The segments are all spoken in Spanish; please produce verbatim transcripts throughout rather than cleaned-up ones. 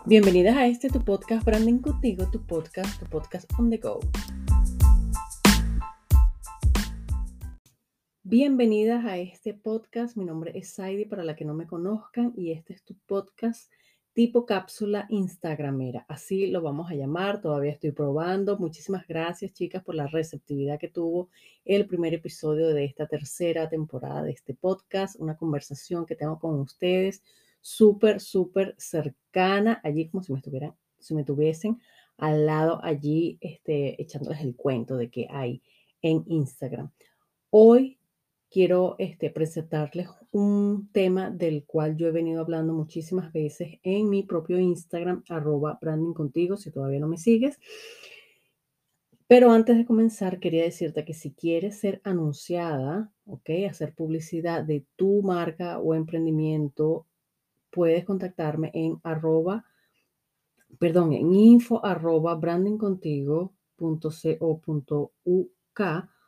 Bienvenidas a este tu podcast Branding Contigo, tu podcast, tu podcast on the go. Bienvenidas a este podcast. Mi nombre es Saidi, para la que no me conozcan, y este es tu podcast tipo cápsula instagramera. Así lo vamos a llamar. Todavía estoy probando. Muchísimas gracias, chicas, por la receptividad que tuvo el primer episodio de esta tercera temporada de este podcast. Una conversación que tengo con ustedes súper, súper cercana, allí como si me estuvieran, si me tuviesen al lado allí, este, echándoles el cuento de qué hay en Instagram. Hoy quiero este, presentarles un tema del cual yo he venido hablando muchísimas veces en mi propio Instagram, arroba branding contigo, si todavía no me sigues. Pero antes de comenzar, quería decirte que si quieres ser anunciada, ¿ok? Hacer publicidad de tu marca o emprendimiento, puedes contactarme en arroba, perdón, en info arroba brandingcontigo.co.uk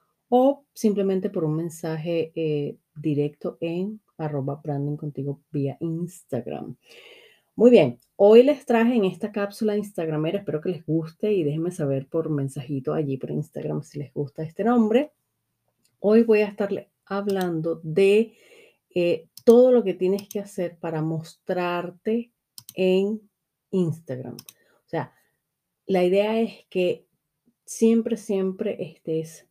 o simplemente por un mensaje eh, directo en arroba brandingcontigo vía Instagram. Muy bien, hoy les traje en esta cápsula instagramera, espero que les guste y déjenme saber por mensajito allí por Instagram si les gusta este nombre. Hoy voy a estarle hablando de eh, todo lo que tienes que hacer para mostrarte en Instagram. O sea, la idea es que siempre, siempre estés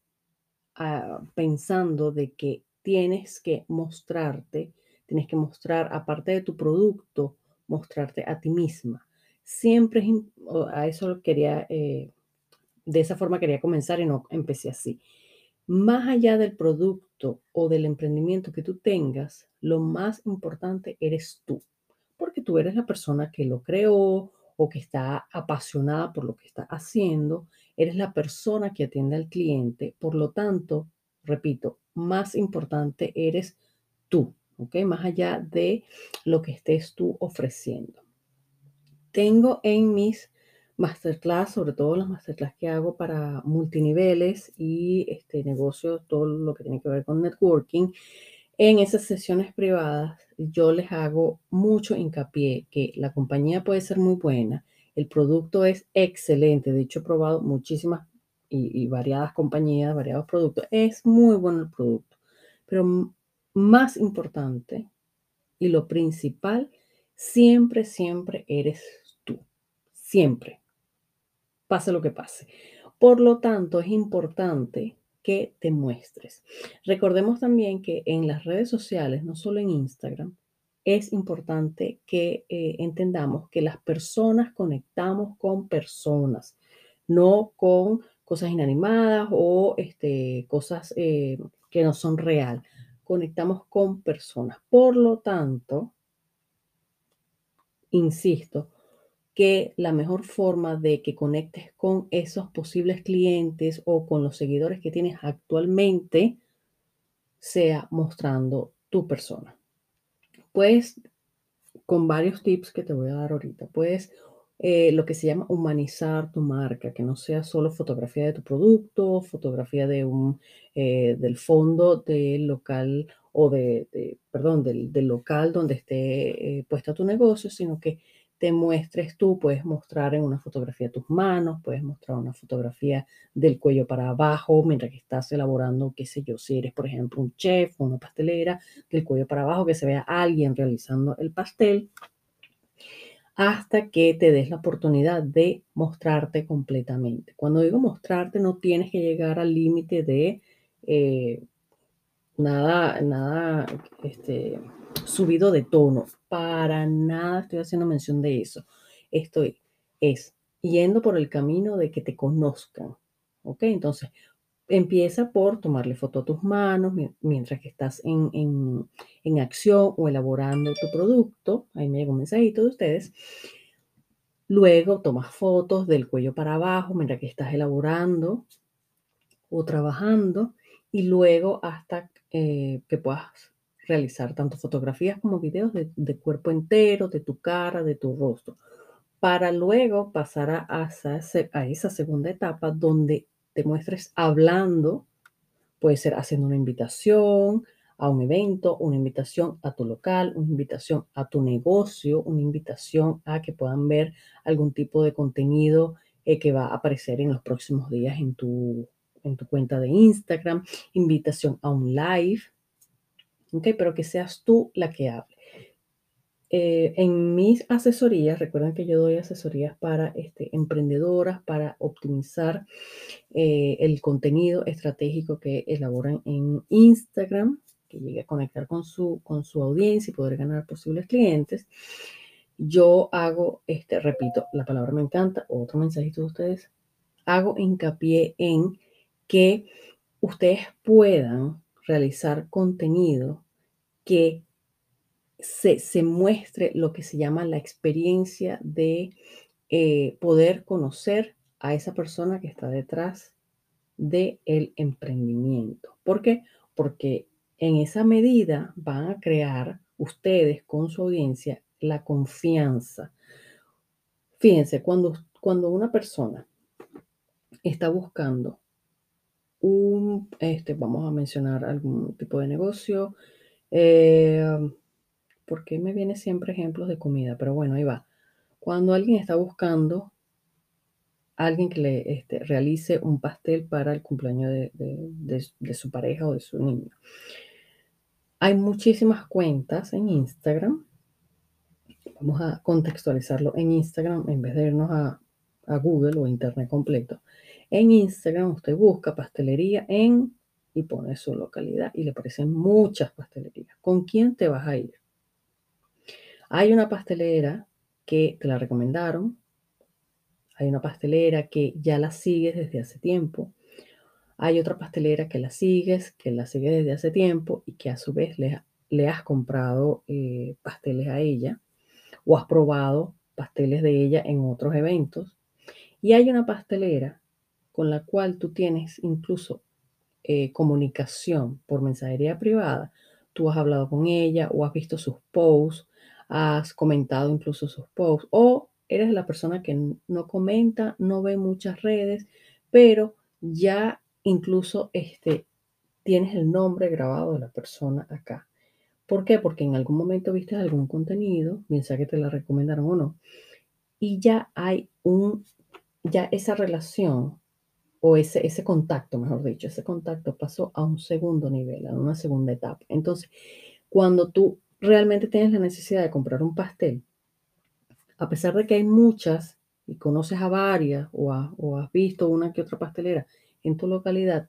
uh, pensando de que tienes que mostrarte, tienes que mostrar, aparte de tu producto, mostrarte a ti misma. Siempre es, a eso quería, eh, de esa forma quería comenzar y no empecé así. Más allá del producto o del emprendimiento que tú tengas, lo más importante eres tú, porque tú eres la persona que lo creó o que está apasionada por lo que está haciendo, eres la persona que atiende al cliente, por lo tanto, repito, más importante eres tú, ¿ok? Más allá de lo que estés tú ofreciendo. Tengo en mis masterclass, sobre todo las masterclass que hago para multiniveles y este negocio, todo lo que tiene que ver con networking. En esas sesiones privadas yo les hago mucho hincapié que la compañía puede ser muy buena, el producto es excelente, de hecho he probado muchísimas y, y variadas compañías, variados productos, es muy bueno el producto, pero más importante y lo principal, siempre, siempre eres tú, siempre, pase lo que pase. Por lo tanto, es importante que te muestres. Recordemos también que en las redes sociales, no solo en Instagram, es importante que eh, entendamos que las personas conectamos con personas, no con cosas inanimadas o este, cosas eh, que no son real. Conectamos con personas. Por lo tanto, insisto, que la mejor forma de que conectes con esos posibles clientes o con los seguidores que tienes actualmente sea mostrando tu persona. Pues con varios tips que te voy a dar ahorita, puedes eh, lo que se llama humanizar tu marca, que no sea solo fotografía de tu producto, fotografía de un, eh, del fondo del local o de, de perdón, del, del local donde esté eh, puesta tu negocio, sino que te muestres tú, puedes mostrar en una fotografía tus manos, puedes mostrar una fotografía del cuello para abajo mientras que estás elaborando, qué sé yo, si eres por ejemplo un chef o una pastelera, del cuello para abajo, que se vea alguien realizando el pastel, hasta que te des la oportunidad de mostrarte completamente. Cuando digo mostrarte, no tienes que llegar al límite de eh, nada, nada este, subido de tono. Para nada estoy haciendo mención de eso. Estoy es yendo por el camino de que te conozcan. ¿Ok? Entonces, empieza por tomarle foto a tus manos mientras que estás en, en, en acción o elaborando tu producto. Ahí me llegó un mensajito de ustedes. Luego tomas fotos del cuello para abajo mientras que estás elaborando o trabajando y luego hasta eh, que puedas realizar tanto fotografías como videos de, de cuerpo entero, de tu cara, de tu rostro, para luego pasar a, a, a esa segunda etapa donde te muestres hablando. Puede ser haciendo una invitación, a un evento, una invitación a tu local, una invitación a tu negocio, una invitación a que puedan ver algún tipo de contenido eh, que va a aparecer en los próximos días en tu, en tu cuenta de Instagram, invitación a un live, ¿ok? Pero que seas tú la que hable. Eh, en mis asesorías, recuerden que yo doy asesorías para este, emprendedoras, para optimizar eh, el contenido estratégico que elaboran en Instagram, que llegue a conectar con su, con su audiencia y poder ganar posibles clientes. Yo hago, este, repito, la palabra me encanta, otro mensajito de ustedes, hago hincapié en que ustedes puedan realizar contenido que se, se muestre lo que se llama la experiencia de eh, poder conocer a esa persona que está detrás del emprendimiento. ¿Por qué? Porque en esa medida van a crear ustedes con su audiencia la confianza. Fíjense, cuando, cuando una persona está buscando un, este, vamos a mencionar algún tipo de negocio, eh, ¿por qué me vienen siempre ejemplos de comida? Pero bueno, ahí va. Cuando alguien está buscando a alguien que le este, realice un pastel para el cumpleaños de, de, de, de su pareja o de su niño. Hay muchísimas cuentas en Instagram. Vamos a contextualizarlo en Instagram en vez de irnos a, a Google o Internet completo. En Instagram usted busca pastelería en y pone su localidad y le aparecen muchas pastelerías. ¿Con quién te vas a ir? Hay una pastelera que te la recomendaron. Hay una pastelera que ya la sigues desde hace tiempo. Hay otra pastelera que la sigues, que la sigue desde hace tiempo y que a su vez le, le has comprado eh, pasteles a ella o has probado pasteles de ella en otros eventos. Y hay una pastelera con la cual tú tienes incluso eh, comunicación por mensajería privada. Tú has hablado con ella o has visto sus posts, has comentado incluso sus posts o eres la persona que no comenta, no ve muchas redes, pero ya incluso este, tienes el nombre grabado de la persona acá. ¿Por qué? Porque en algún momento viste algún contenido, bien sea que te la recomendaron o no, y ya hay un, ya esa relación o ese, ese contacto, mejor dicho, ese contacto pasó a un segundo nivel, a una segunda etapa. Entonces, cuando tú realmente tienes la necesidad de comprar un pastel, a pesar de que hay muchas y conoces a varias o, a, o has visto una que otra pastelera en tu localidad,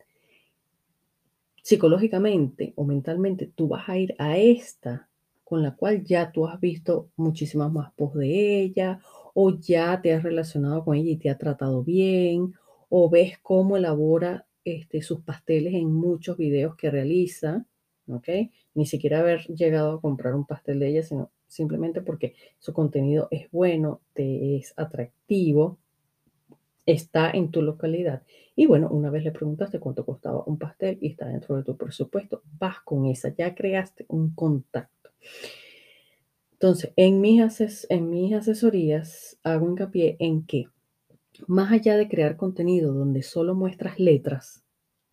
psicológicamente o mentalmente tú vas a ir a esta con la cual ya tú has visto muchísimas más posts de ella o ya te has relacionado con ella y te ha tratado bien o ves cómo elabora este, sus pasteles en muchos videos que realiza, ¿ok? Ni siquiera haber llegado a comprar un pastel de ella, sino simplemente porque su contenido es bueno, te es atractivo, está en tu localidad. Y bueno, una vez le preguntaste cuánto costaba un pastel y está dentro de tu presupuesto, vas con esa, ya creaste un contacto. Entonces, en mis, ases en mis asesorías hago hincapié en que más allá de crear contenido donde solo muestras letras,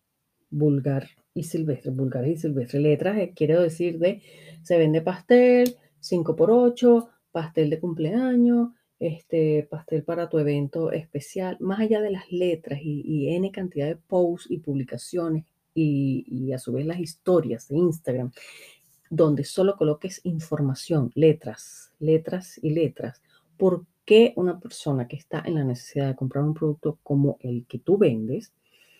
vulgar y silvestre, vulgar y silvestre, letras, eh, quiero decir de se vende pastel, cinco por ocho, pastel de cumpleaños, este, pastel para tu evento especial, más allá de las letras y, y N cantidad de posts y publicaciones y, y a su vez las historias de Instagram, donde solo coloques información, letras, letras y letras. ¿Por qué una persona que está en la necesidad de comprar un producto como el que tú vendes,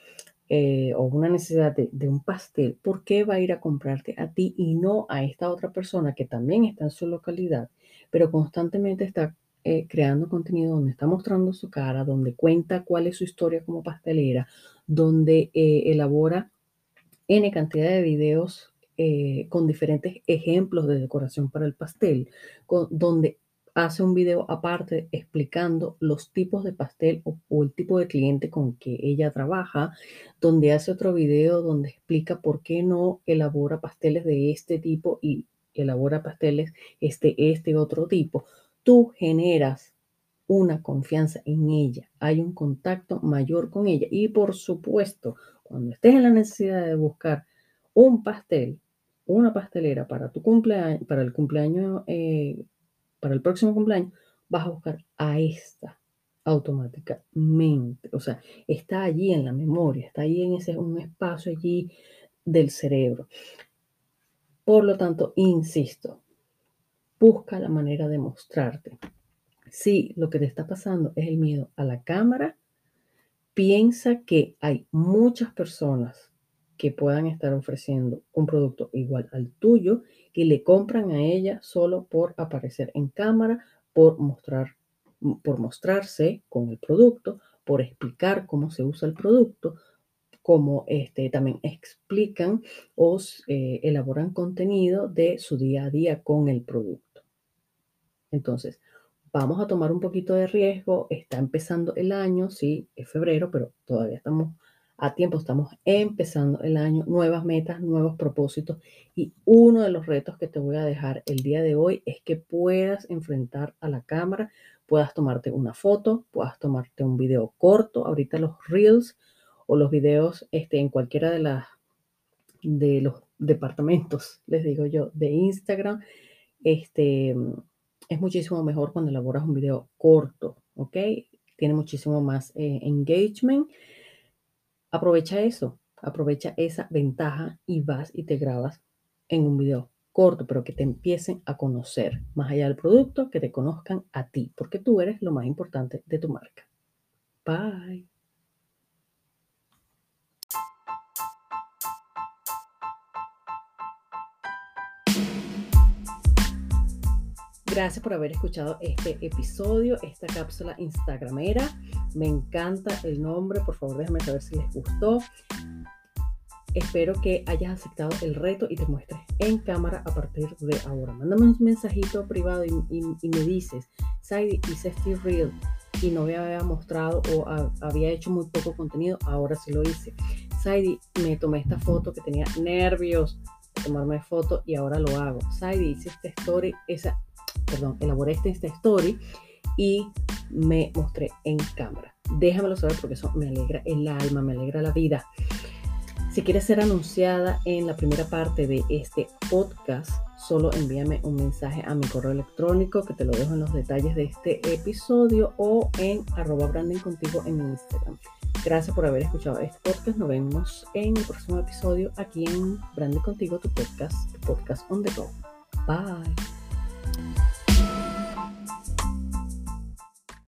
eh, o una necesidad de, de un pastel, ¿por qué va a ir a comprarte a ti y no a esta otra persona que también está en su localidad, pero constantemente está eh, creando contenido donde está mostrando su cara, donde cuenta cuál es su historia como pastelera, donde eh, elabora N cantidad de videos eh, con diferentes ejemplos de decoración para el pastel, con, donde hace un video aparte explicando los tipos de pastel o, o el tipo de cliente con que ella trabaja, donde hace otro video donde explica por qué no elabora pasteles de este tipo y elabora pasteles este, este otro tipo. Tú generas una confianza en ella, hay un contacto mayor con ella y por supuesto, cuando estés en la necesidad de buscar un pastel, una pastelera para tu cumpleaños, para el cumpleaños, eh, para el próximo cumpleaños, vas a buscar a esta automáticamente. O sea, está allí en la memoria, está allí en ese un espacio allí del cerebro. Por lo tanto, insisto, busca la manera de mostrarte. Si lo que te está pasando es el miedo a la cámara, piensa que hay muchas personas que puedan estar ofreciendo un producto igual al tuyo, que le compran a ella solo por aparecer en cámara, por mostrar, por mostrarse con el producto, por explicar cómo se usa el producto, como este, también explican o eh, elaboran contenido de su día a día con el producto. Entonces, vamos a tomar un poquito de riesgo. Está empezando el año, sí, es febrero, pero todavía estamos a tiempo, estamos empezando el año, nuevas metas, nuevos propósitos. Y uno de los retos que te voy a dejar el día de hoy es que puedas enfrentar a la cámara, puedas tomarte una foto, puedas tomarte un video corto. Ahorita los reels o los videos este, en cualquiera de las de los departamentos, les digo yo, de Instagram, este, es muchísimo mejor cuando elaboras un video corto, ¿ok? Tiene muchísimo más eh, engagement. Aprovecha eso, aprovecha esa ventaja y vas y te grabas en un video corto, pero que te empiecen a conocer, más allá del producto, que te conozcan a ti, porque tú eres lo más importante de tu marca. Bye. Gracias por haber escuchado este episodio, esta cápsula instagramera. Me encanta el nombre, por favor déjame saber si les gustó. Espero que hayas aceptado el reto y te muestres en cámara a partir de ahora. Mándame un mensajito privado y, y, y me dices, Saidi, hice este reel y no me había mostrado o a, había hecho muy poco contenido, ahora sí lo hice. Saidi, me tomé esta foto que tenía nervios de tomarme foto y ahora lo hago. Saidi, hice esta story, esa, perdón, elaboré esta, esta story y me mostré en cámara. Déjamelo saber porque eso me alegra el alma, me alegra la vida. Si quieres ser anunciada en la primera parte de este podcast, solo envíame un mensaje a mi correo electrónico que te lo dejo en los detalles de este episodio o en arroba branding contigo en Instagram. Gracias por haber escuchado este podcast. Nos vemos en el próximo episodio aquí en Branding Contigo, tu podcast, tu podcast on the go. Bye.